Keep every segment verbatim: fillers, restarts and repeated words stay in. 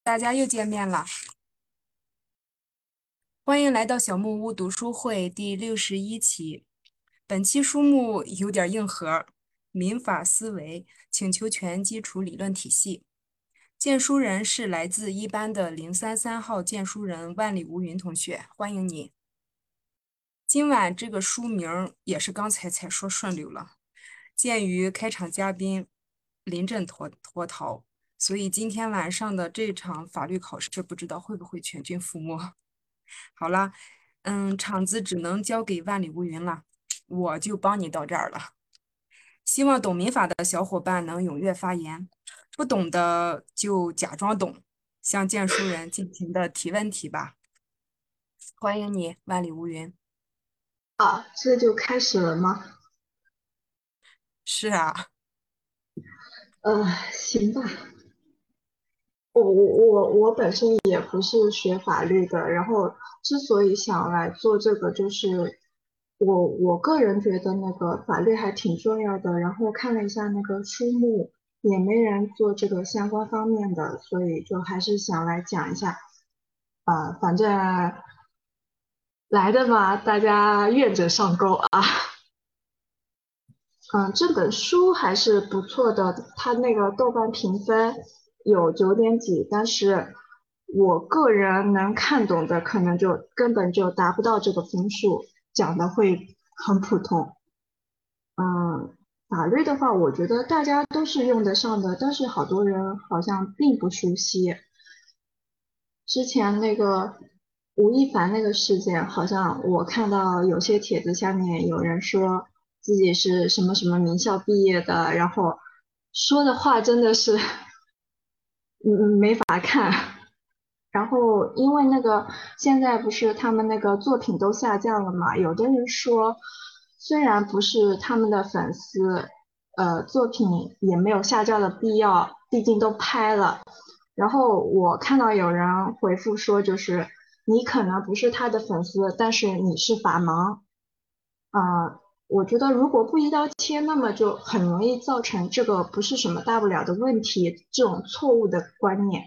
大家又见面了，欢迎来到小木屋读书会第六十一期。本期书目有点硬核，民法思维，请求权基础理论体系。荐书人是来自一班的零三三号荐书人万里无云同学，欢迎你。今晚这个书名也是刚才才说顺溜了，鉴于开场嘉宾临阵脱脱逃，所以今天晚上的这场法律考试不知道会不会全军覆没。好了，嗯，场子只能交给万里无云了，我就帮你到这儿了。希望懂民法的小伙伴能踊跃发言，不懂的就假装懂，向荐书人尽情的提问题吧。欢迎你，万里无云。 啊，这就开始了吗？ 是啊， 呃，行吧。我我我我本身也不是学法律的，然后之所以想来做这个，就是我我个人觉得那个法律还挺重要的，然后看了一下那个书目，也没人做这个相关方面的，所以就还是想来讲一下。啊、反正来的嘛，大家愿者上钩啊。嗯，这本书还是不错的，它那个豆瓣评分有九点几，但是我个人能看懂的可能就根本就达不到这个分数，讲的会很普通。嗯，法律的话，我觉得大家都是用得上的，但是好多人好像并不熟悉。之前那个吴亦凡那个事件，好像我看到有些帖子下面有人说自己是什么什么名校毕业的，然后说的话真的是，嗯嗯没法看。然后因为那个现在不是他们那个作品都下架了嘛，有的人说虽然不是他们的粉丝，呃，作品也没有下架的必要，毕竟都拍了。然后我看到有人回复说，就是你可能不是他的粉丝，但是你是法盲。啊、我觉得如果不一刀切，那么就很容易造成这个不是什么大不了的问题这种错误的观念。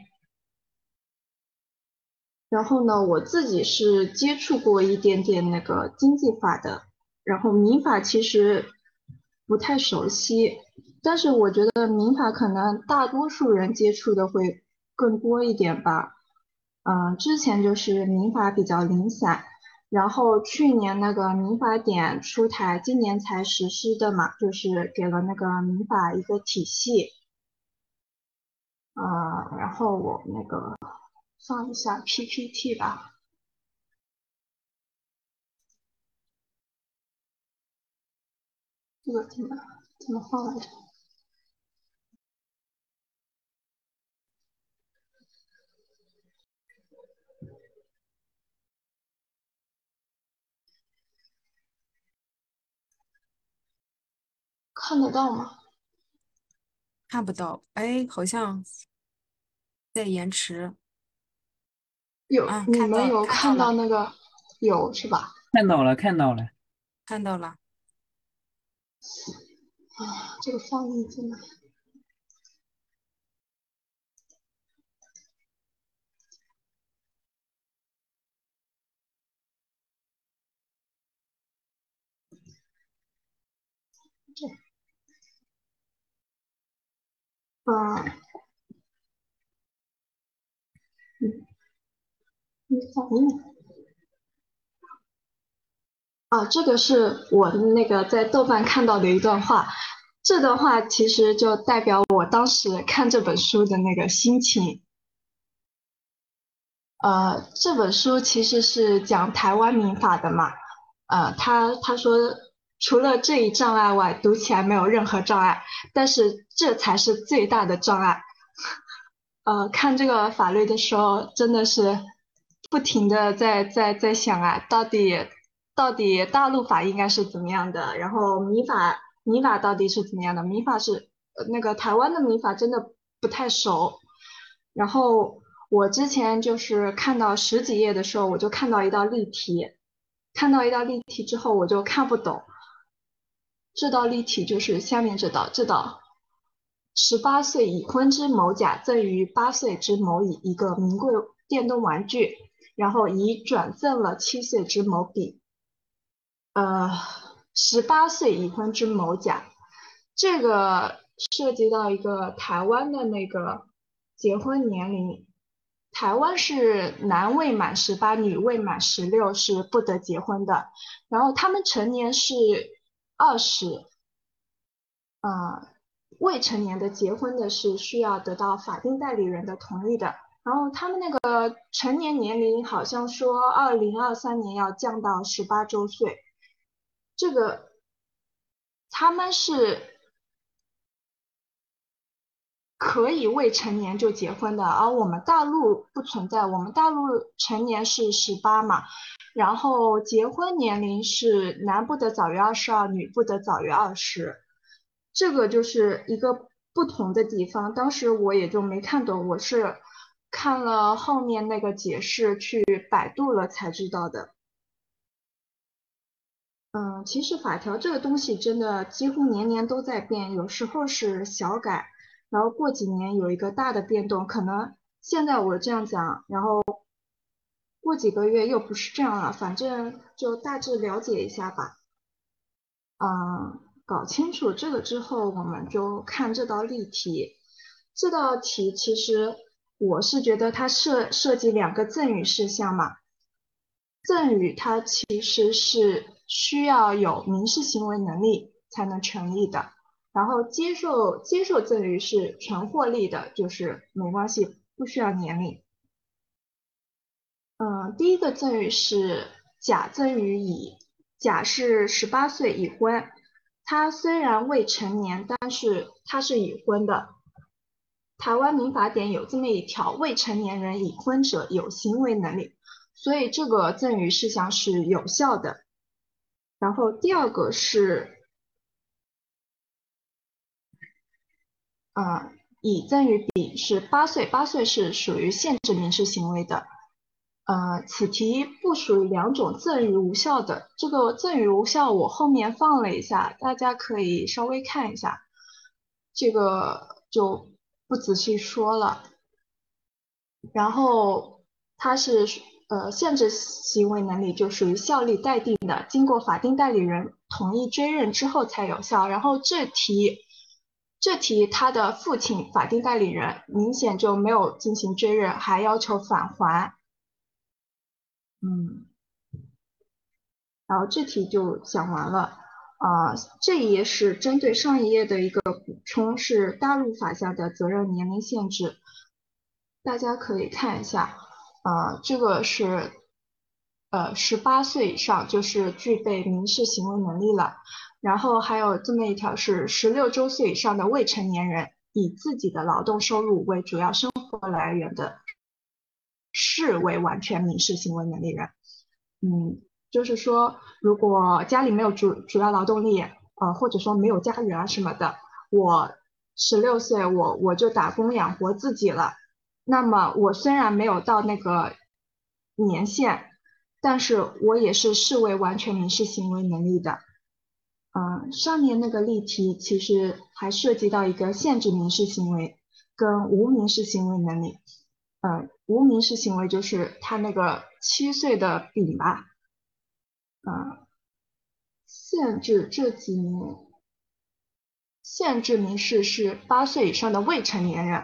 然后呢，我自己是接触过一点点那个经济法的，然后民法其实不太熟悉，但是我觉得民法可能大多数人接触的会更多一点吧。嗯，之前就是民法比较零散，然后去年那个民法典出台，今年才实施的嘛，就是给了那个民法一个体系。呃，然后我那个放一下 P P T 吧。这个怎么怎么放来着？看得到吗？ 看不到，哎，好像在延迟。 有， 啊， 你看到了， 们有看到看到了， 那个有是吧？ 看到了，看到了。 看到了。 啊，这个放映在哪？这，啊，嗯，你放映啊，这个是我那个在豆瓣看到的一段话，这段话其实就代表我当时看这本书的那个心情。呃，这本书其实是讲台湾民法的嘛，呃，他他说除了这一障碍外，读起来没有任何障碍，但是这才是最大的障碍。呃，看这个法律的时候，真的是不停的在在在想啊，到底到底大陆法应该是怎么样的，然后民法民法到底是怎么样的？民法是呃那个台湾的民法真的不太熟，然后我之前就是看到十几页的时候，我就看到一道例题，看到一道例题之后，我就看不懂，这道例题就是下面这道，这道。 十八岁已婚之某甲赠予八岁之某乙一个名贵电动玩具，然后乙转赠了七岁之某丙。呃，十八岁已婚之某甲，这个涉及到一个台湾的那个结婚年龄，台湾是男未满十八，女未满十六是不得结婚的，然后他们成年是二十，呃，未成年的结婚的是需要得到法定代理人的同意的。然后他们那个成年年龄好像说二零二三年要降到十八周岁，这个他们是可以未成年就结婚的，而我们大陆不存在，我们大陆成年是十八嘛，然后结婚年龄是男不得早于二十二，女不得早于二十，这个就是一个不同的地方。当时我也就没看懂，我是看了后面那个解释去百度了才知道的。嗯，其实法条这个东西真的几乎年年都在变，有时候是小改，然后过几年有一个大的变动，可能现在我这样讲，然后过几个月又不是这样了，反正就大致了解一下吧。嗯，搞清楚这个之后，我们就看这道例题。这道题其实我是觉得它涉涉及两个赠与事项嘛，赠与它其实是需要有民事行为能力才能成立的，然后接受接受赠与是纯获利的，就是没关系，不需要年龄。嗯，第一个赠与是甲赠与乙，甲是十八岁已婚，他虽然未成年，但是他是已婚的。台湾民法典有这么一条，未成年人已婚者有行为能力，所以这个赠与事项是有效的。然后第二个是，呃，乙赠与丙是八岁，八岁是属于限制民事行为的。呃，此题不属于两种赠与无效的。这个赠与无效我后面放了一下，大家可以稍微看一下，这个就不仔细说了。然后它是呃限制行为能力就属于效力待定的，经过法定代理人同意追认之后才有效。然后这题这题他的父亲法定代理人明显就没有进行追认，还要求返还。嗯，然后这题就讲完了。啊、呃这一页是针对上一页的一个补充，是大陆法下的责任年龄限制，大家可以看一下。呃，这个是呃十八岁以上就是具备民事行为能力了。然后还有这么一条是十六周岁以上的未成年人，以自己的劳动收入为主要生活来源的，视为完全民事行为能力人。嗯，就是说，如果家里没有主主要劳动力，呃，或者说没有家人啊什么的，我十六岁我我就打工养活自己了。那么我虽然没有到那个年限，但是我也是视为完全民事行为能力的。嗯，上面那个例题其实还涉及到一个限制民事行为跟无民事行为能力。嗯，无民事行为就是他那个七岁的丙吧。嗯，限制这几年限制民事是八岁以上的未成年人。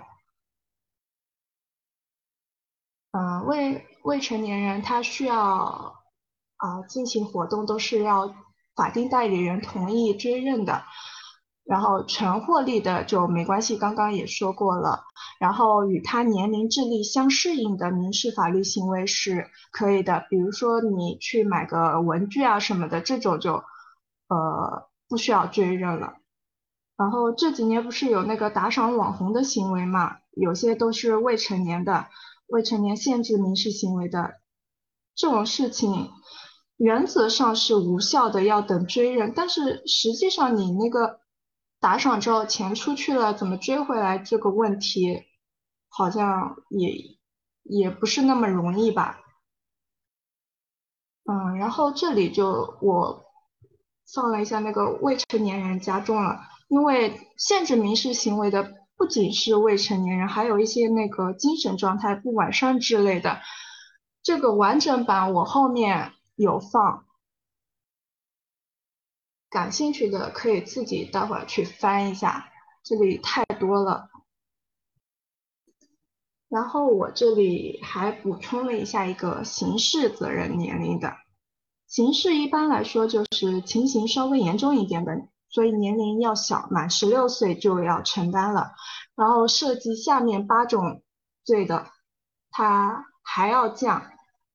嗯，未未成年人他需要啊、进行活动都是要法定代理人同意追认的，然后纯获利的就没关系，刚刚也说过了。然后与他年龄智力相适应的民事法律行为是可以的，比如说你去买个文具啊什么的，这种就呃不需要追认了。然后这几年不是有那个打赏网红的行为嘛，有些都是未成年的，未成年限制民事行为的这种事情，原则上是无效的，要等追认。但是实际上你那个打赏之后钱出去了，怎么追回来这个问题，好像也也不是那么容易吧。嗯，然后这里就我放了一下那个未成年人加重了。 因为限制民事行为的不仅是未成年人，还有一些那个精神状态不完善之类的。这个完整版我后面有放，感兴趣的可以自己待会儿去翻一下，这里太多了。然后我这里还补充了一下一个刑事责任年龄的，刑事一般来说就是情形稍微严重一点的，所以年龄要小，满十六岁就要承担了。然后涉及下面八种罪的，它还要降。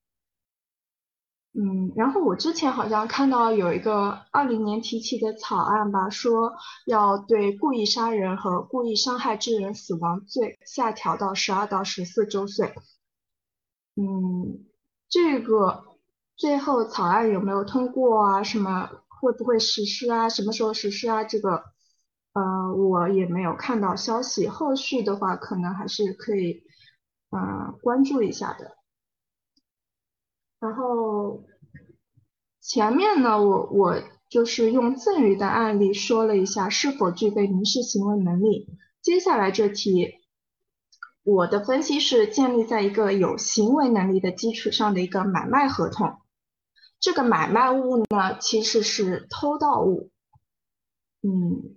嗯，然后我之前好像看到有一个二零年提起的草案吧，说要对故意杀人和故意伤害致人死亡罪下调到十二到十四周岁。嗯，这个最后草案有没有通过啊？什么会不会实施啊？什么时候实施啊？这个呃，我也没有看到消息。后续的话，可能还是可以呃关注一下的。然后前面呢，我我就是用赠与的案例说了一下是否具备民事行为能力。接下来这题，我的分析是建立在一个有行为能力的基础上的一个买卖合同。这个买卖物呢，其实是偷盗物。嗯，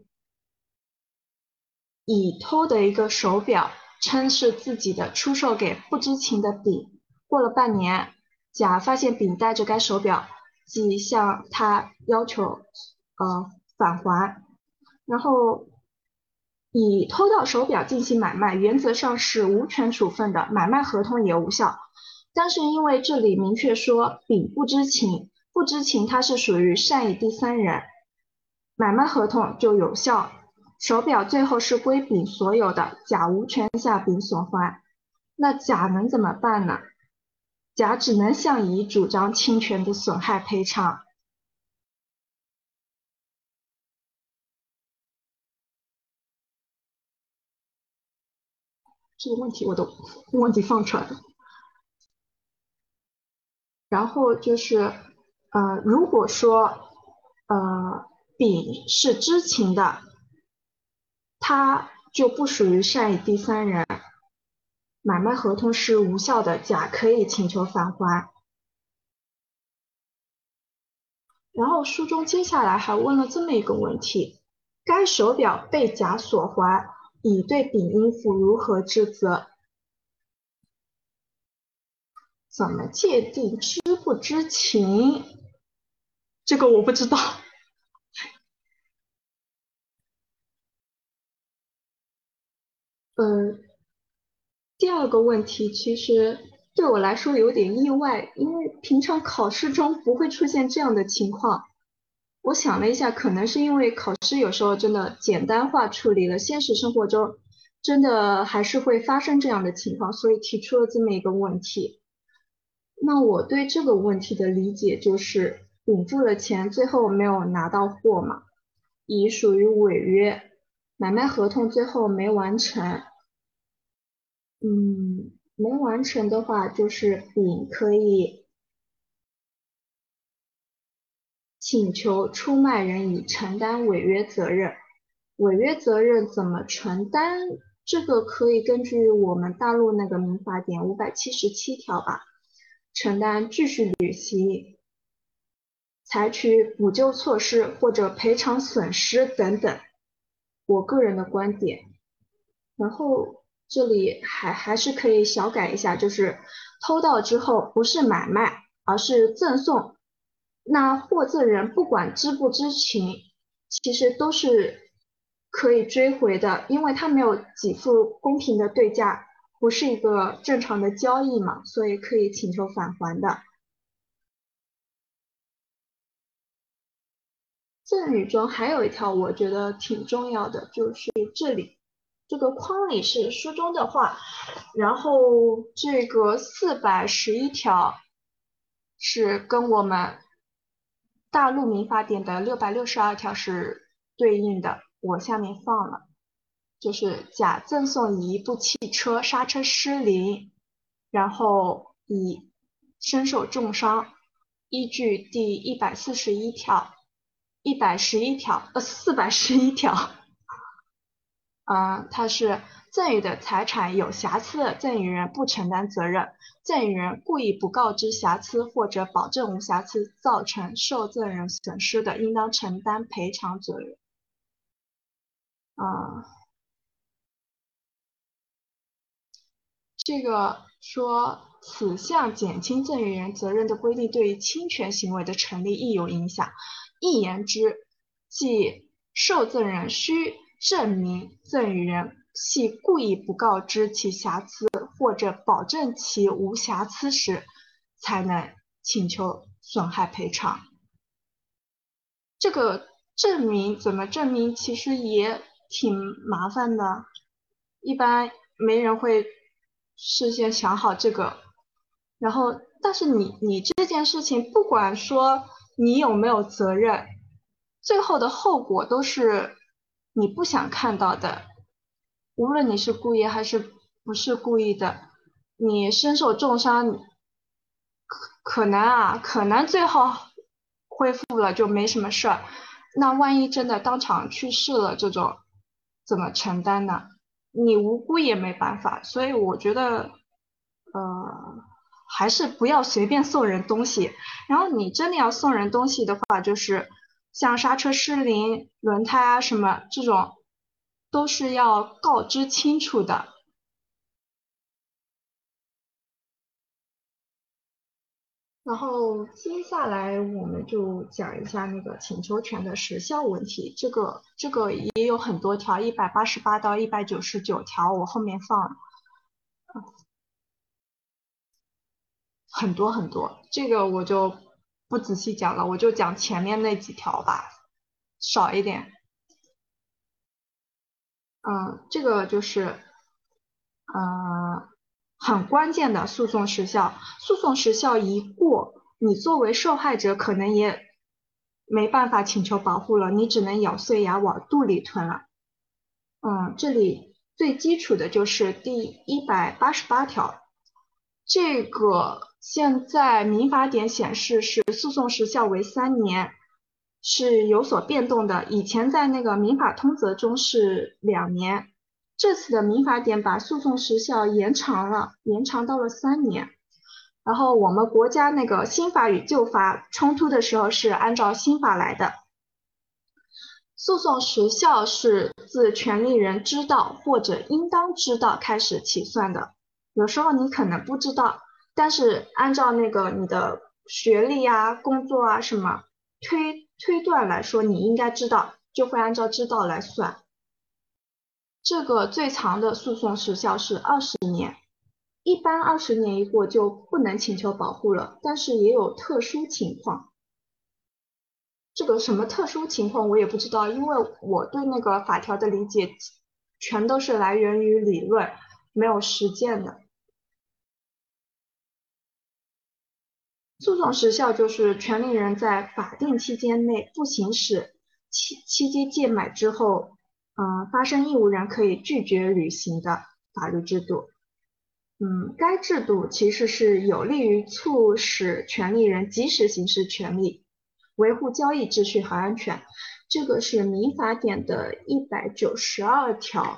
乙偷的一个手表，称是自己的，出售给不知情的丙。过了半年，甲发现丙戴着该手表，即向他要求呃返还。然后以偷盗手表进行买卖，原则上是无权处分的，买卖合同也无效。但是因为这里明确说丙不知情，不知情它是属于善意第三人，买卖合同就有效。手表最后是归丙所有的，甲无权向丙索还。那甲能怎么办呢？甲只能向乙主张侵权的损害赔偿。这个问题我都忘记放出来了。然后就是，呃，如果说，呃，丙是知情的，他就不属于善意第三人，买卖合同是无效的，甲可以请求返还。然后书中接下来还问了这么一个问题：该手表被甲所还，乙对丙应负如何之责？怎么界定知不知情？这个我不知道。呃，第二个问题其实对我来说有点意外，因为平常考试中不会出现这样的情况。我想了一下，可能是因为考试有时候真的简单化处理了，现实生活中真的还是会发生这样的情况，所以提出了这么一个问题。那我对这个问题的理解就是，丙付了钱，最后没有拿到货嘛，乙属于违约，买卖合同最后没完成。嗯，没完成的话，就是丙可以请求出卖人乙承担违约责任。违约责任怎么承担？这个可以根据我们大陆那个民法典五百七十七条吧，承担继续履行、采取补救措施或者赔偿损失等等。我个人的观点。然后这里还还是可以小改一下，就是偷盗之后不是买卖，而是赠送。那获赠人不管知不知情，其实都是可以追回的，因为他没有给付公平的对价，不是一个正常的交易嘛，所以可以请求返还的。赠与中还有一条我觉得挺重要的，就是这里这个框里是书中的话，然后这个四百十一条是跟我们大陆民法典的六百六十二条是对应的，我下面放了，就是甲赠送乙一部汽车，刹车失灵，然后乙身受重伤，依据第一百四十一条、一百十一条，呃，四百十一条啊，它是赠与的财产有瑕疵的赠与人不承担责任，赠与人故意不告知瑕疵或者保证无瑕疵，造成受赠人损失的，应当承担赔偿责任。啊，这个说此项减轻赠与人责任的规定对于侵权行为的成立亦有影响。一言之，即受赠人需证明赠与人系故意不告知其瑕疵或者保证其无瑕疵时，才能请求损害赔偿。这个证明怎么证明，其实也挺麻烦的，一般没人会事先想好这个。然后，但是你你这件事情，不管说你有没有责任，最后的后果都是你不想看到的。无论你是故意还是不是故意的，你身受重伤，可可能啊，可能最后恢复了就没什么事儿。那万一真的当场去世了，这种怎么承担呢？你无辜也没办法，所以我觉得，呃，还是不要随便送人东西。然后你真的要送人东西的话，就是像刹车失灵、轮胎啊什么这种，都是要告知清楚的。然后接下来我们就讲一下那个请求权的时效问题，这个这个也有很多条，一百八十八到一百九十九条，我后面放很多很多，这个我就不仔细讲了，我就讲前面那几条吧，少一点。嗯，这个就是呃很关键的诉讼时效，诉讼时效一过，你作为受害者可能也没办法请求保护了，你只能咬碎牙往肚里吞了。嗯，这里最基础的就是第一百八十八条，这个现在民法典显示是诉讼时效为三年，是有所变动的。以前在那个民法通则中是两年，这次的民法典把诉讼时效延长了，延长到了三年。然后我们国家那个新法与旧法冲突的时候是按照新法来的。诉讼时效是自权利人知道或者应当知道开始起算的。有时候你可能不知道，但是按照那个你的学历啊、工作啊什么推推断来说，你应该知道，就会按照知道来算。这个最长的诉讼时效是二十年，一般二十年一过就不能请求保护了，但是也有特殊情况。这个什么特殊情况我也不知道，因为我对那个法条的理解全都是来源于理论，没有实践的。诉讼时效就是权利人在法定期间内不行使期期间届满之后，嗯、呃，发生义务人可以拒绝履行的法律制度。嗯，该制度其实是有利于促使权利人及时行使权利，维护交易秩序和安全。这个是民法典的一百九十二条。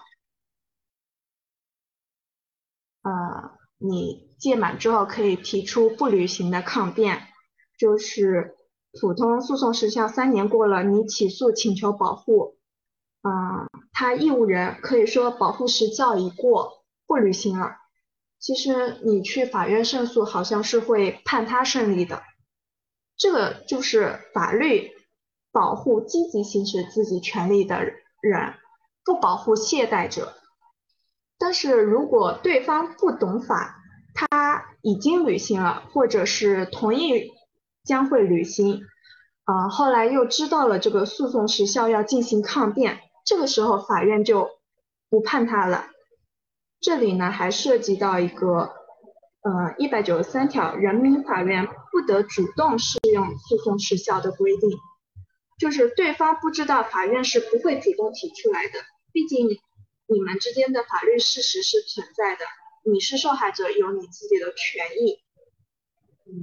呃，你届满之后可以提出不履行的抗辩，就是普通诉讼时效三年过了，你起诉请求保护，嗯、呃，他义务人可以说保护时效已过，不履行了。其实你去法院胜诉，好像是会判他胜利的。这个就是法律保护积极行使自己权利的人，不保护懈怠者。但是如果对方不懂法，他已经履行了，或者是同意将会履行，呃，后来又知道了这个诉讼时效要进行抗辩，这个时候法院就不判他了。这里呢还涉及到一个呃一百九十三条，人民法院不得主动适用诉讼时效的规定，就是对方不知道，法院是不会主动提出来的。毕竟你们之间的法律事实是存在的，你是受害者，有你自己的权益。嗯，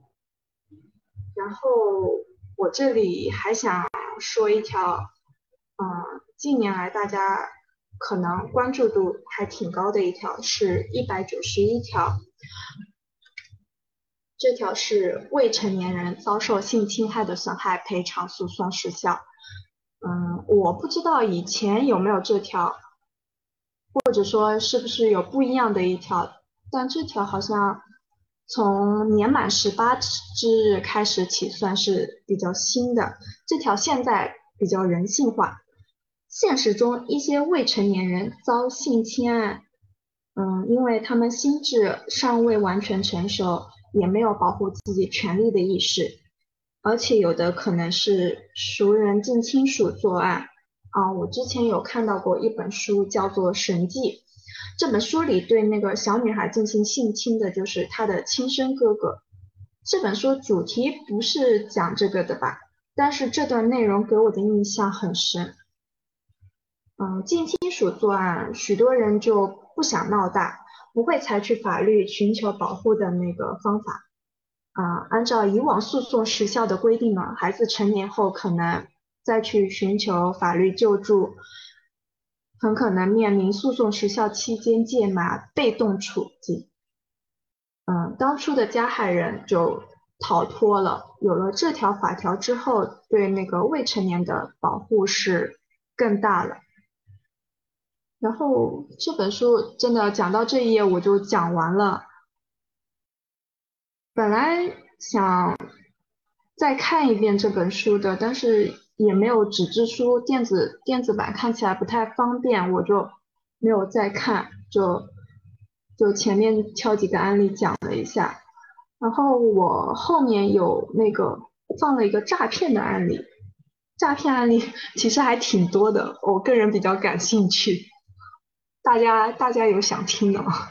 然后我这里还想说一条， 嗯，近年来大家可能关注度还挺高的一条是一百九十一条，这条是未成年人遭受性侵害的损害赔偿诉讼时效。嗯，我不知道以前有没有这条，或者说是不是有不一样的一条，但这条好像从年满十八之日开始起算是比较新的。这条现在比较人性化，现实中一些未成年人遭性侵案，嗯，因为他们心智尚未完全成熟，也没有保护自己权利的意识，而且有的可能是熟人近亲属作案。啊，我之前有看到过一本书，叫做《神迹》。这本书里对那个小女孩进行性侵的，就是她的亲生哥哥。这本书主题不是讲这个的吧？但是这段内容给我的印象很深。嗯，近亲属作案，许多人就不想闹大，不会采取法律寻求保护的那个方法。啊，按照以往诉讼时效的规定呢，孩子成年后可能再去寻求法律救助，很可能面临诉讼时效期间届满被动处境。嗯，当初的加害人就逃脱了。有了这条法条之后，对那个未成年的保护是更大了。然后这本书真的讲到这一页我就讲完了。本来想再看一遍这本书的，但是也没有纸质书，电子电子版看起来不太方便，我就没有再看，就就前面挑几个案例讲了一下。然后我后面有那个放了一个诈骗的案例，诈骗案例其实还挺多的，我个人比较感兴趣。大家大家有想听的吗？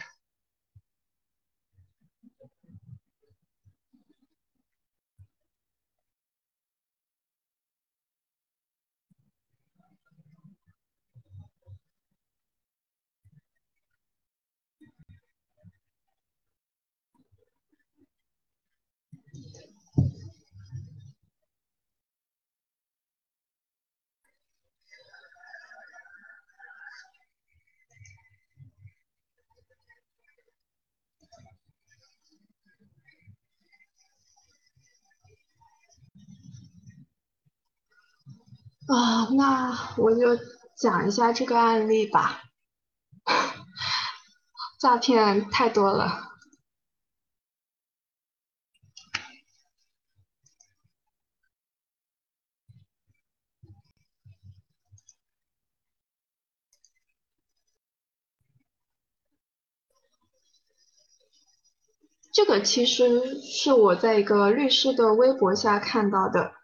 啊，那我就讲一下这个案例吧。诈骗太多了。这个其实是我在一个律师的微博下看到的。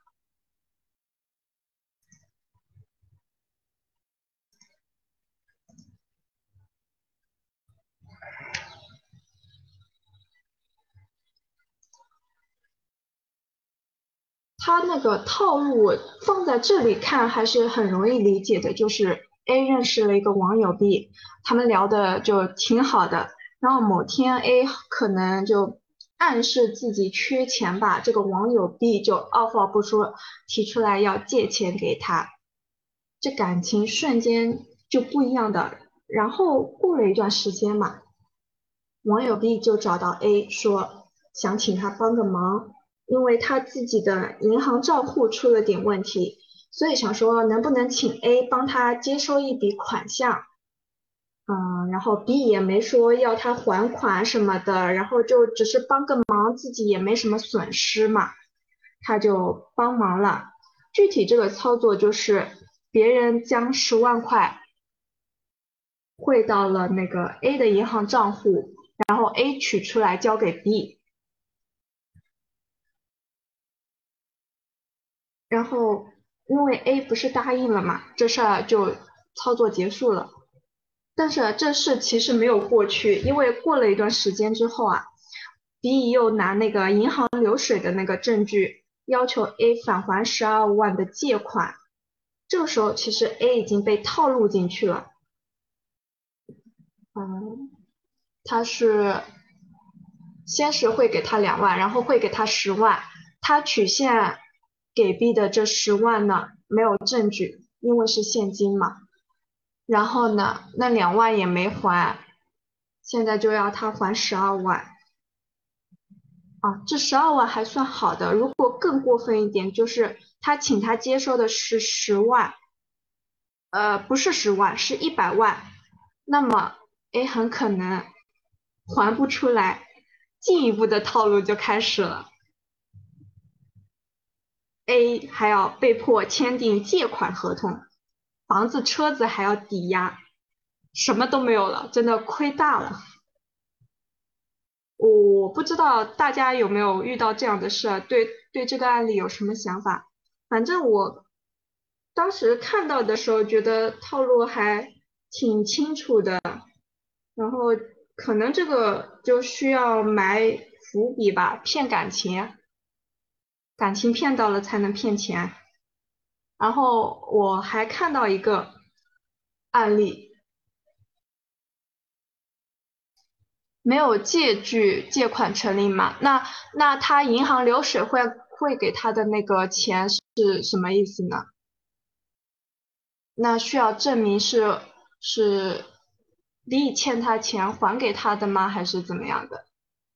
他那个套路放在这里看还是很容易理解的，就是 A 认识了一个网友 B，他们聊的就挺好的，然后某天 A 可能就暗示自己缺钱吧，这个网友 B 就二话不说提出来要借钱给他，这感情瞬间就不一样的。然后过了一段时间嘛，网友 B 就找到 A 说想请他帮个忙，因为他自己的银行账户出了点问题，所以想说能不能请 A 帮他接收一笔款项。嗯，然后 B 也没说要他还款什么的，然后就只是帮个忙，自己也没什么损失嘛，他就帮忙了。具体这个操作就是别人将十万块汇到了那个 A 的银行账户，然后 A 取出来交给 B，然后因为 A 不是答应了嘛，这事儿就操作结束了。但是这事其实没有过去，因为过了一段时间之后啊，B 又拿那个银行流水的那个证据，要求 A 返还十二万的借款。这个时候其实 A 已经被套路进去了。嗯，他是先是会给他两万，然后会给他十万，他取现给 B 的这十万呢没有证据， 因为是现金嘛。然后呢，那两万也没还，现在就要他还十二万啊，这十二万还算好的。如果更过分一点，就是他请他接收的是十万，呃，不是十万，是一百万，那么，哎，很可能还不出来，进一步的套路就开始了。A 还要被迫签订借款合同，房子、车子还要抵押，什么都没有了，真的亏大了。我不知道大家有没有遇到这样的事儿，对对这个案例有什么想法？反正我当时看到的时候，觉得套路还挺清楚的，然后可能这个就需要埋伏笔吧，骗感情，感情骗到了才能骗钱。然后我还看到一个案例，没有借据借款成立嘛？那那他银行流水会会给他的那个钱是什么意思呢？那需要证明是是李乙欠他钱还给他的吗？还是怎么样的？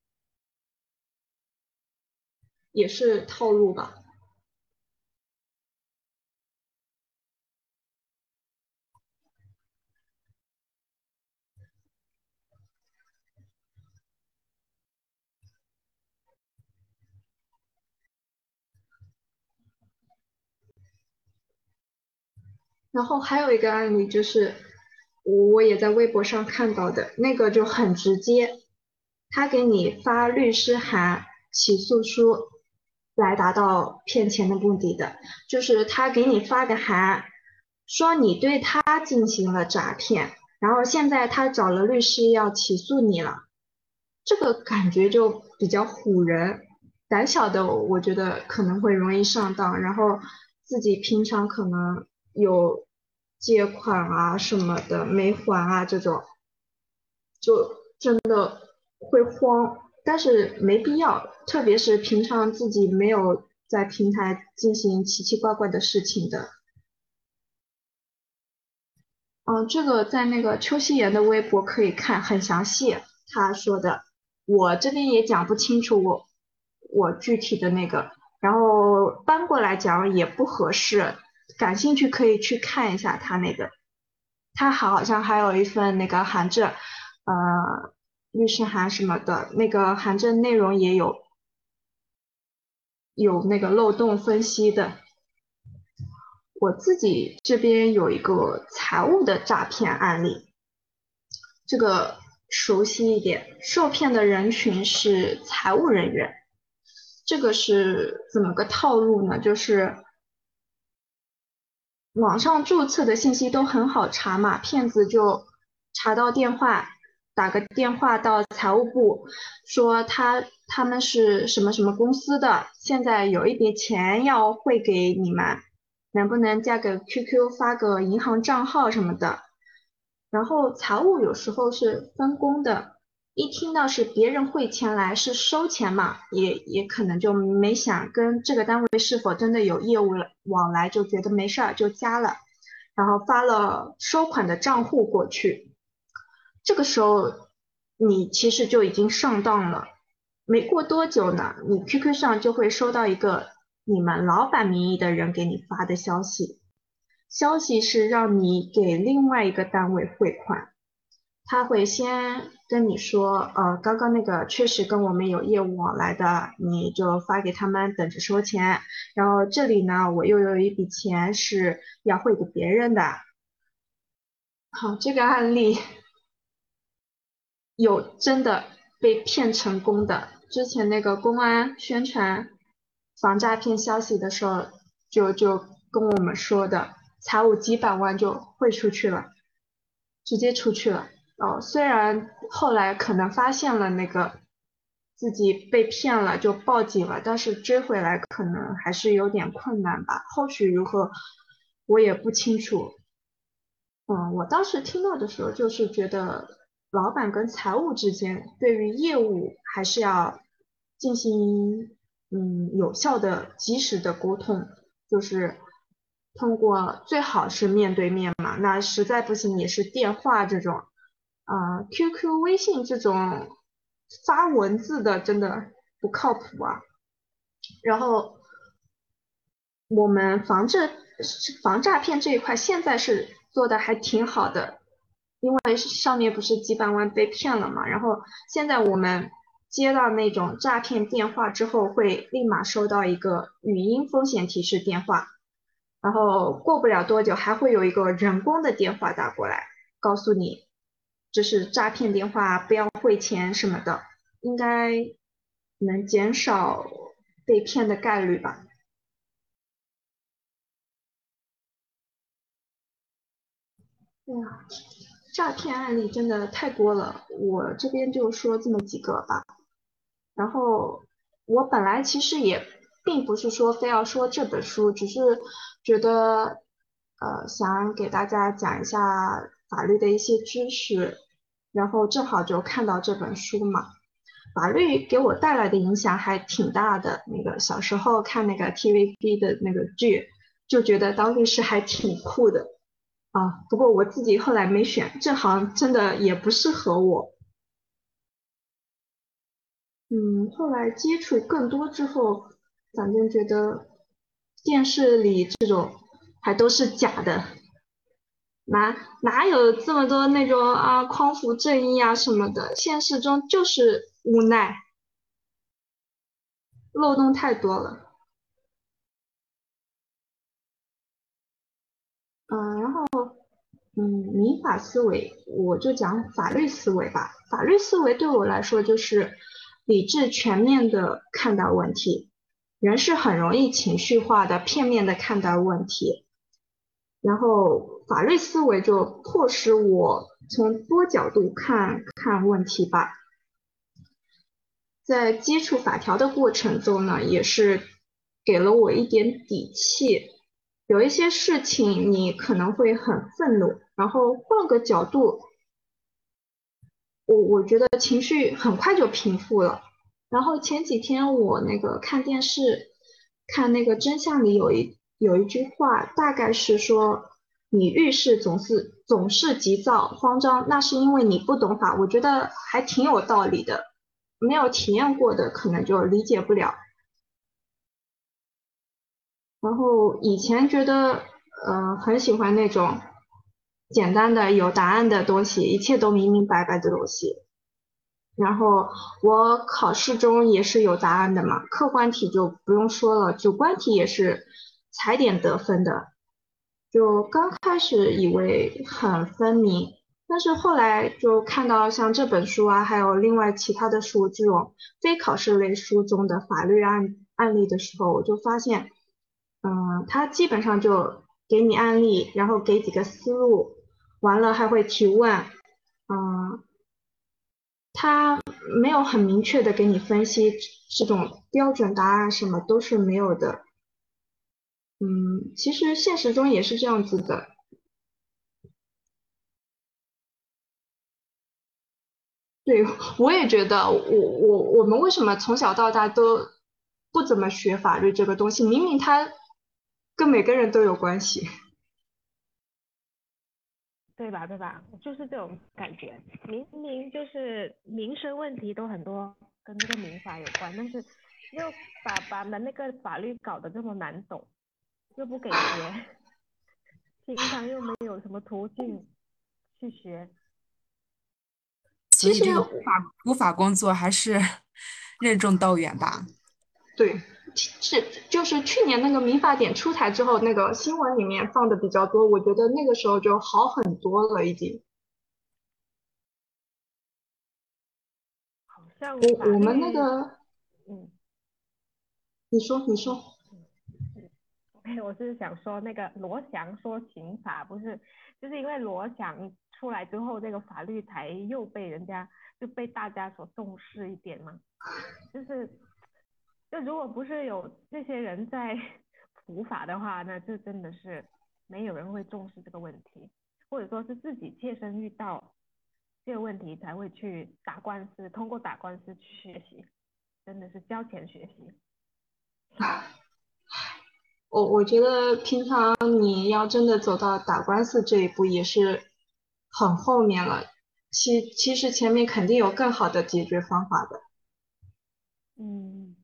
也是套路吧。然后还有一个案例就是我也在微博上看到的，那个就很直接，他给你发律师函、起诉书来达到骗钱的目的的，就是他给你发个函，说你对他进行了诈骗，然后现在他找了律师要起诉你了，这个感觉就比较唬人，胆小的我觉得可能会容易上当，然后自己平常可能有借款啊什么的没还啊这种，会慌，但是没必要，特别是平常自己没有在平台进行奇奇怪怪的事情的。嗯，这个在那个邱希言的微博可以看，很详细，他说的，我这边也讲不清楚我我具体的那个，然后搬过来讲也不合适，感兴趣可以去看一下他那个，他好像还有一份那个函证，呃，律师函什么的，那个函证内容也有有那个漏洞分析的。我自己这边有一个财务的诈骗案例，这个熟悉一点，受骗的人群是财务人员。这个是怎么个套路呢？就是网上注册的信息都很好查嘛，骗子就查到电话，打个电话到财务部，说他他们是什么什么公司的，现在有一笔钱要汇给你们，能不能加个 Q Q 发个银行账号什么的。然后财务有时候是分工的，一听到是别人汇钱来是收钱嘛，也也可能就没想跟这个单位是否真的有业务往来，就觉得没事儿就加了，然后发了收款的账户过去。这个时候你其实就已经上当了，没过多久呢，你 Q Q 上就会收到一个你们老板名义的人给你发的消息，消息是让你给另外一个单位汇款。他会先跟你说，呃，刚刚那个确实跟我们有业务往来的，你就发给他们，等着收钱。然后这里呢，我又有一笔钱是要汇给别人的。好，这个案例有真的被骗成功的。之前那个公安宣传防诈骗消息的时候，就就跟我们说的，财务几百万就汇出去了，直接出去了。哦，虽然后来可能发现了那个自己被骗了，就报警了，但是追回来可能还是有点困难吧。后续如何，我也不清楚。嗯，我当时听到的时候，就是觉得老板跟财务之间对于业务还是要进行嗯有效的、及时的沟通，就是通过最好是面对面嘛，那实在不行也是电话这种，呃，Q Q、微信这种发文字的真的不靠谱啊。然后我们防这防诈骗这一块现在是做的还挺好的，因为上面不是几百万被骗了嘛，然后现在我们接到那种诈骗电话之后，会立马收到一个语音风险提示电话，然后过不了多久还会有一个人工的电话打过来，告诉你这是诈骗电话，不要汇钱什么的，应该能减少被骗的概率吧。哎呀，诈骗案例真的太多了，我这边就说这么几个吧。然后我本来其实也并不是说非要说这本书，只是觉得呃想给大家讲一下法律的一些知识，然后正好就看到这本书嘛。法律给我带来的影响还挺大的。那个小时候看那个 T V B 的那个剧，就觉得当律师还挺酷的啊。不过我自己后来没选，这行真的也不适合我。嗯，后来接触更多之后，反正觉得电视里这种还都是假的，哪哪有这么多那种啊匡扶正义啊什么的，现实中就是无奈，漏洞太多了。嗯，然后嗯，民法思维，我就讲法律思维吧。法律思维对我来说就是理智全面的看待问题，人是很容易情绪化的、片面的看待问题。然后法律思维就迫使我从多角度看看问题吧。在接触法条的过程中呢，也是给了我一点底气。有一些事情你可能会很愤怒，然后换个角度，我我觉得情绪很快就平复了。然后前几天我那个看电视，看那个真相里有一有一句话，大概是说你遇事总是总是急躁慌张，那是因为你不懂法。我觉得还挺有道理的，没有体验过的可能就理解不了。然后以前觉得，呃，很喜欢那种简单的有答案的东西，一切都明明白白的东西。然后我考试中也是有答案的嘛，客观题就不用说了，主观题也是踩点得分的。就刚开始以为很分明，但是后来就看到像这本书啊，还有另外其他的书这种非考试类书中的法律案案例的时候，我就发现，嗯，它基本上就给你案例，然后给几个思路，完了还会提问，嗯。他没有很明确的给你分析这种标准答案，什么都是没有的。嗯，其实现实中也是这样子的。对，我也觉得我，我我们为什么从小到大都不怎么学法律这个东西？明明它跟每个人都有关系。 对吧？对吧？就是这种感觉，明明就是民生问题都很多跟这个民法有关，但是又把把们那个法律搞得这么难懂，又不给学，平常又没有什么途径去学。 其实所以这个普法普法工作还是任重道远吧。 对，是就是去年那个民法典出台之后，那个新闻里面放的比较多，我觉得那个时候就好很多了，已经。 好像我我们那法律， 个， 嗯你说你说。 嗯嗯，我是想说那个罗翔说刑法不是，就是因为罗翔出来之后，这个法律才又被人家就被大家所重视一点嘛，就是就如果不是有这些人在普法的话，那就真的是没有人会重视这个问题，或者说是自己切身遇到这个问题才会去打官司，通过打官司去学习，真的是交钱学习。 我我觉得平常你要真的走到打官司这一步，也是很后面了。其其实前面肯定有更好的解决方法的。 嗯，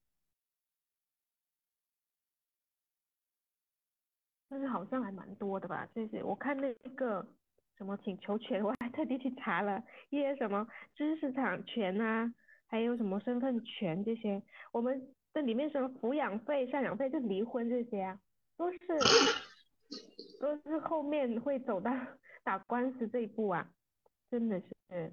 但是好像还蛮多的吧？这些我看那个什么请求权，我还特地去查了一些什么知识产权啊，还有什么身份权这些。我们这里面什么抚养费、赡养费，就离婚这些啊，都是都是后面会走到打官司这一步啊，真的是。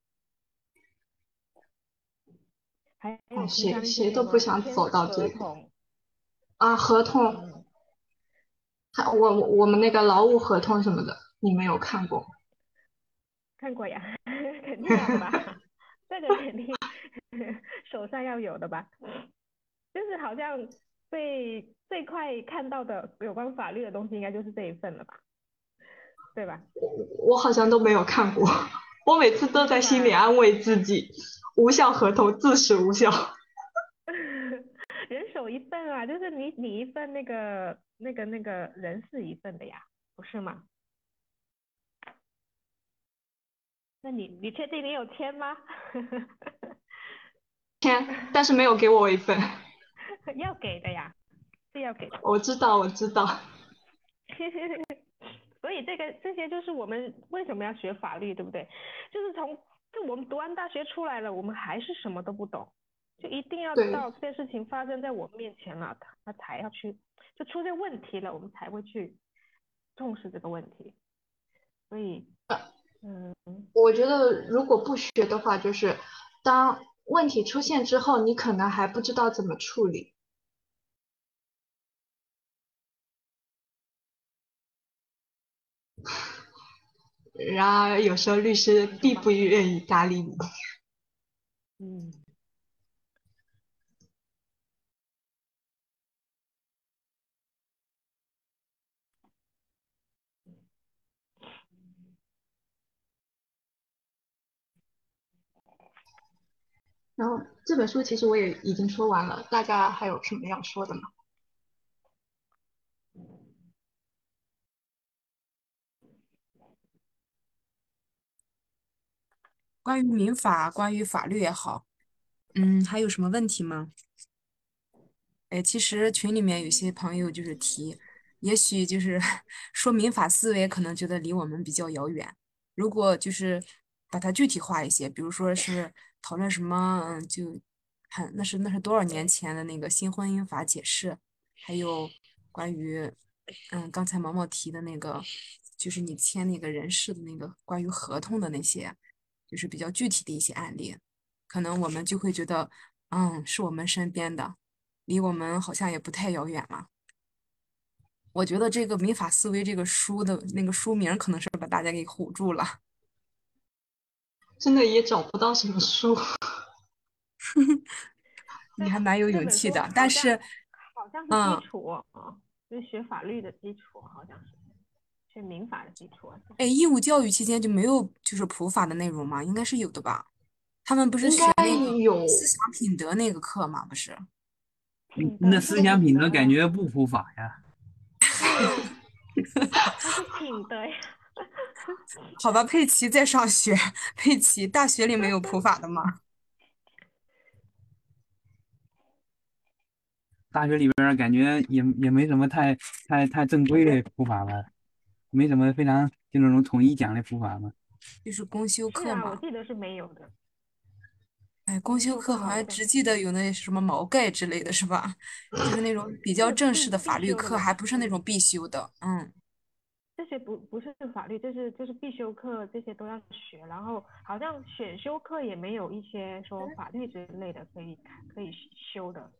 还哎， 有平谁常一些什谁都不么签想走到这一步合同。 啊！合同， 嗯， 还我我们那个劳务合同什么的，你没有看过？ 看过呀，肯定要的吧？这个肯定手上要有的吧？就是好像最最快看到的有关法律的东西，应该就是这一份了吧？对吧？ 我好像都没有看过，我每次都在心里是吧？ 安慰自己，无效合同自始无效。 人手一份啊，就是你你一份，那个那个那个人事一份的呀，不是吗？那你你确定你有签吗？ 天，但是没有给我一份。 要给的呀，是要给的。 我知道，我知道。 所以这个这些就是我们为什么要学法律，对不对？就是从就我们读完大学出来了，我们还是什么都不懂，就一定要对， 到这件事情发生在我们面前了，他才要去，就出现问题了，我们才会去重视这个问题。所以，嗯， 我觉得如果不学的话，就是当问题出现之后，你可能还不知道怎么处理，然而有时候律师没什么办法。 并不愿意搭理你。 嗯， 然后这本书其实我也已经说完了，大家还有什么要说的吗？ 关于民法，关于法律也好，嗯，还有什么问题吗？哎，其实群里面有些朋友就是提，也许就是说民法思维，可能觉得离我们比较遥远。如果就是把它具体化一些，比如说是讨论什么，嗯，就很那是那是多少年前的那个新婚姻法解释，还有关于嗯刚才毛毛提的那个，就是你签那个人事的那个关于合同的那些，就是比较具体的一些案例，可能我们就会觉得，嗯，是我们身边的。离我们好像也不太遥远了。我觉得这个《民法思维》这个书的那个书名可能是把大家给唬住了。 真的也找不到什么书。 你还蛮有这本书勇气的，但好像是， 好像是基嗯， 础啊，就是学法律的基础，好像是学民法的基础啊。 哎，义务教育期间就没有就是普法的内容吗？应该是有的吧？他们不是应该学那个思有， 想品德那个课吗？不是？ 品德是那思想品德感品德呀， 觉不普法呀。 对呀，那是品德呀。 好吧，佩奇在上学，佩奇大学里没有普法的吗？ 大学里边儿感觉也也没什么太太太正规的普法吧，没什么非常就那种统一讲的普法嘛。 就是公修是啊，我课嘛。 记得是没有的， 哎，公公修修课好课好像像只记得有那什么毛概之类的，是吧？就是那种比较这个正式的法必必律课，还修的吧？ 不是那种必修的。嗯。 这些不不是法律，这是就是必修课，这些都要学。然后好像选修课也没有一些说法律之类的可以可以修的。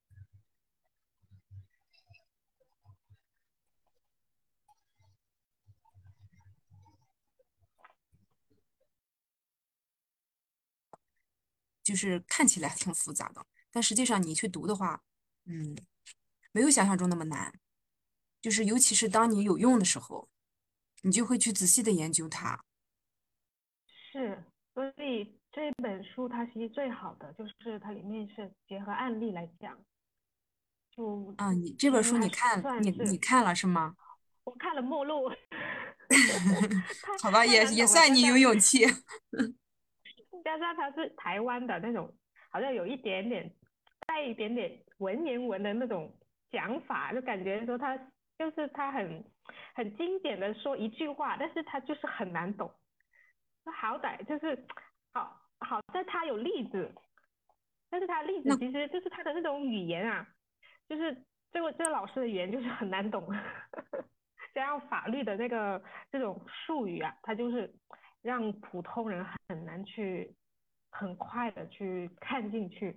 就是看起来挺复杂的，但实际上你去读的话，嗯，没有想象中那么难。就是尤其是当你有用的时候，你就会去仔细的研究它。 是，所以这本书它其实最好的就是它里面是结合案例来讲， 就啊，你这本书你应该看你你算是看了是吗？ 我看了目录，太好吧，也太难懂了， 也算你有加上勇气。 加上它是台湾的那种，好像有一点点带一点点文言文的那种讲法，就感觉说他就是他很很经典的说一句话，但是他就是很难懂。那好歹就是好好在他有例子，但是他的例子那其实就是他的那种语言啊，就是这个这个老师的语言就是很难懂，加上法律的那个这种术语啊，他就是让普通人很难去很快的去看进去。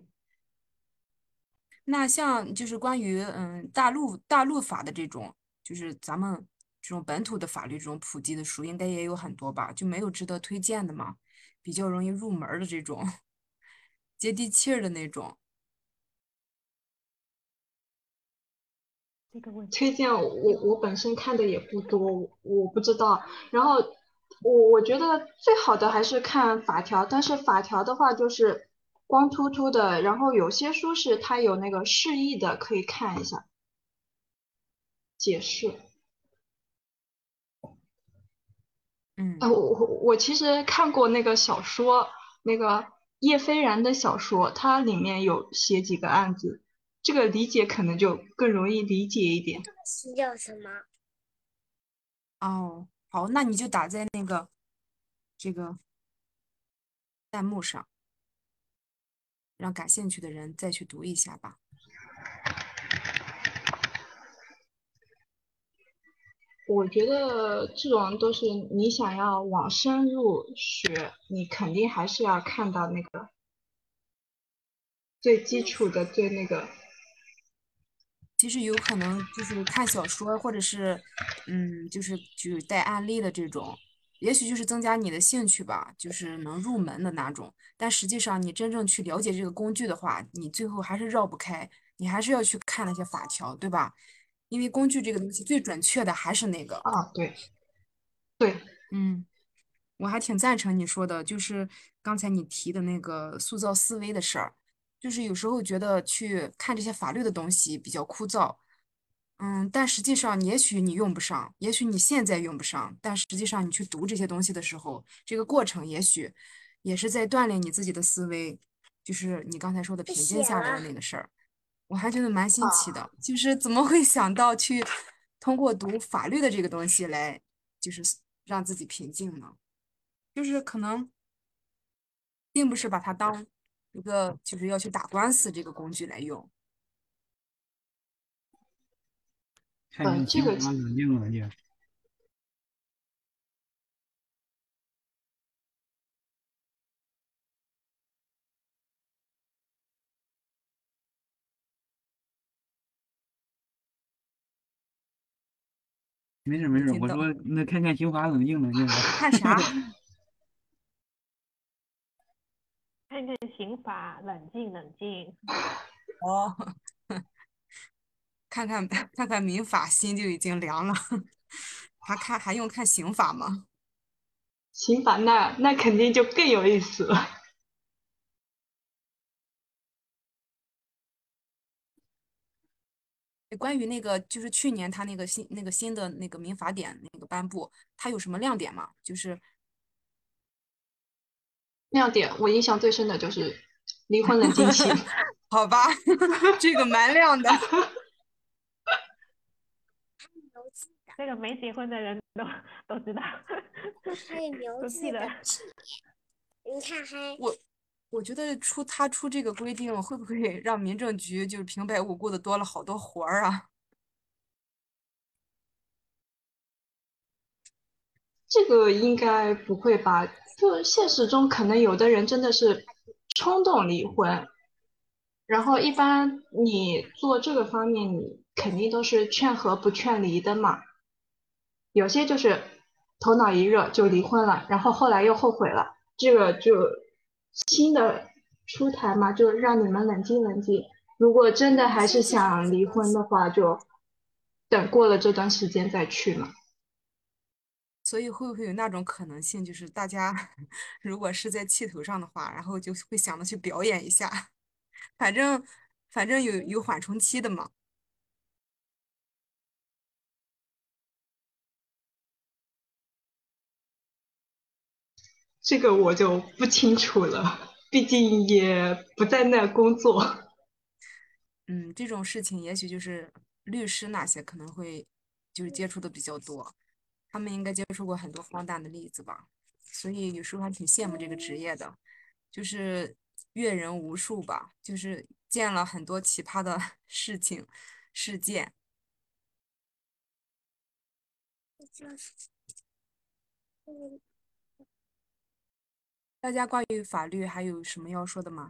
那像就是关于嗯大陆大陆法的这种，就是咱们这种本土的法律这种普及的书，应该也有很多吧？就没有值得推荐的吗？比较容易入门儿的这种，接地气儿的那种。 这个问题， 推荐我我本身看的也不多，我不知道。然后我我觉得最好的还是看法条，但是法条的话就是光秃秃的，然后有些书是它有那个释义的，可以看一下解释。 嗯。 啊，我我我其实看过那个小说，那个叶飞然的小说，它里面有写几个案子，这个理解可能就更容易理解一点。 是叫什么？ 哦，好，那你就打在那个这个弹幕上，让感兴趣的人再去读一下吧。 我觉得这种都是你想要往深入学，你肯定还是要看到那个最基础的、最那个。 其实有可能就是看小说，或者是嗯，就是举带案例的这种，也许就是增加你的兴趣吧，就是能入门的那种。但实际上，你真正去了解这个工具的话，你最后还是绕不开，你还是要去看那些法条，对吧？因为工具这个东西最准确的还是那个。 啊，对对。 嗯。我还挺赞成你说的，就是刚才你提的那个塑造思维的事儿，就是有时候觉得去看这些法律的东西比较枯燥，嗯，但实际上也许你用不上，也许你现在用不上，但实际上你去读这些东西的时候，这个过程也许也是在锻炼你自己的思维，就是你刚才说的不平静下来的写了。 那个事儿，我还觉得蛮新奇啊， 的，就是怎么会想到去通过读法律的这个东西来，就是让自己平静呢？就是可能并不是把它当一个就是要去打官司这个工具来用。 看呃， 看刑法这个冷静冷静。没事没事， 没听到我说那看看刑法冷静冷静呗。 看啥？ 看看刑法，冷静冷静。 哦，看看看看民法，心就已经凉了，还看还用看刑法吗？ 刑法那那肯定就更有意思了。 关于那个就是去年他那个新那个新的那个民法典那个颁布，它有什么亮点吗？就是亮点我印象最深的就是离婚冷静期。 好吧，这个蛮亮的。 牛津的， 这个没结婚的人都都知道， 还有牛都记得。 津的纪念。你看还， 我我觉得出他出这个规定，会不会让民政局就是平白无故的多了好多活儿啊？ 这个应该不会吧？就现实中可能有的人真的是冲动离婚，然后一般你做这个方面，你肯定都是劝和不劝离的嘛。有些就是头脑一热就离婚了，然后后来又后悔了，这个就新的出台嘛，就让你们冷静冷静。如果真的还是分析好想离这东西。 婚的话，就等过了这段时间再去嘛。 所以会不会有那种可能性，就是大家如果是在气头上的话，然后就会想着去表演一下，反正反正有有缓冲期的嘛。 这个我就不清楚了，毕竟也不在那工作。 嗯，这种事情也许就是律师那些可能会就是接触的比较多，他们应该接触过很多荒诞的例子吧，所以有时候还挺羡慕这个职业的，就是阅人无数吧，就是见了很多奇葩的事情事件。 就是嗯， 大家关于法律还有什么要说的吗？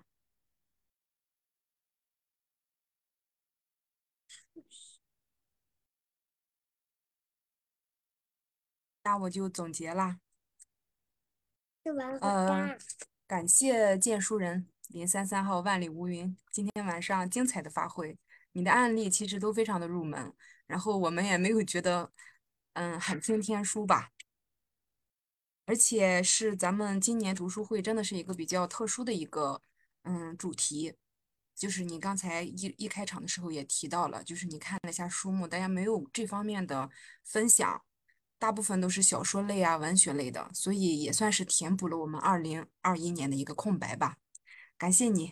那我就总结啦。 吃完回呃， 家。 感谢荐书人零三三号万里无云今天晚上精彩的发挥，你的案例其实都非常的入门，然后我们也没有觉得，嗯，很听天书吧，而且是咱们今年读书会真的是一个比较特殊的一个，嗯，主题，就是你刚才一一开场的时候也提到了，就是你看了一下书目，大家没有这方面的分享，大部分都是小说类啊、文学类的，所以也算是填补了我们二零二一年的一个空白吧。感谢你。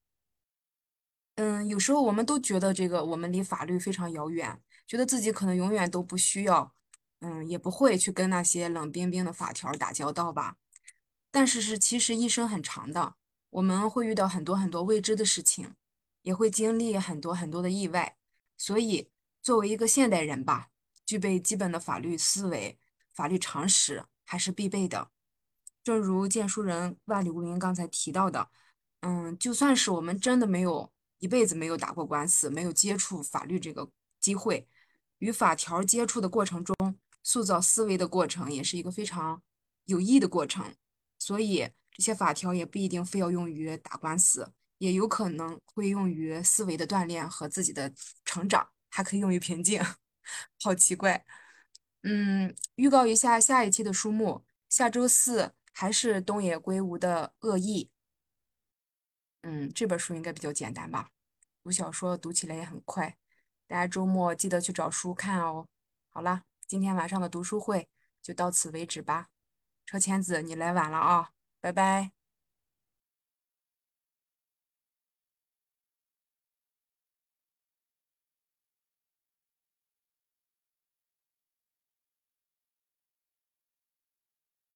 嗯，有时候我们都觉得这个我们离法律非常遥远，觉得自己可能永远都不需要，嗯，也不会去跟那些冷冰冰的法条打交道吧。但是是其实一生很长的，我们会遇到很多很多未知的事情，也会经历很多很多的意外。所以作为一个现代人吧，具备基本的法律思维、法律常识还是必备的。正如荐书人万里无云刚才提到的，嗯，就算是我们真的没有一辈子没有打过官司，没有接触法律这个机会，与法条接触的过程中，塑造思维的过程也是一个非常有益的过程。所以这些法条也不一定非要用于打官司，也有可能会用于思维的锻炼和自己的成长，还可以用于平静。好奇怪。嗯，预告一下下一期的书目，下周四还是东野圭吾的《恶意》。嗯，这本书应该比较简单吧？读小说读起来也很快，大家周末记得去找书看哦。好啦，今天晚上的读书会就到此为止吧。车前子，你来晚了啊，拜拜。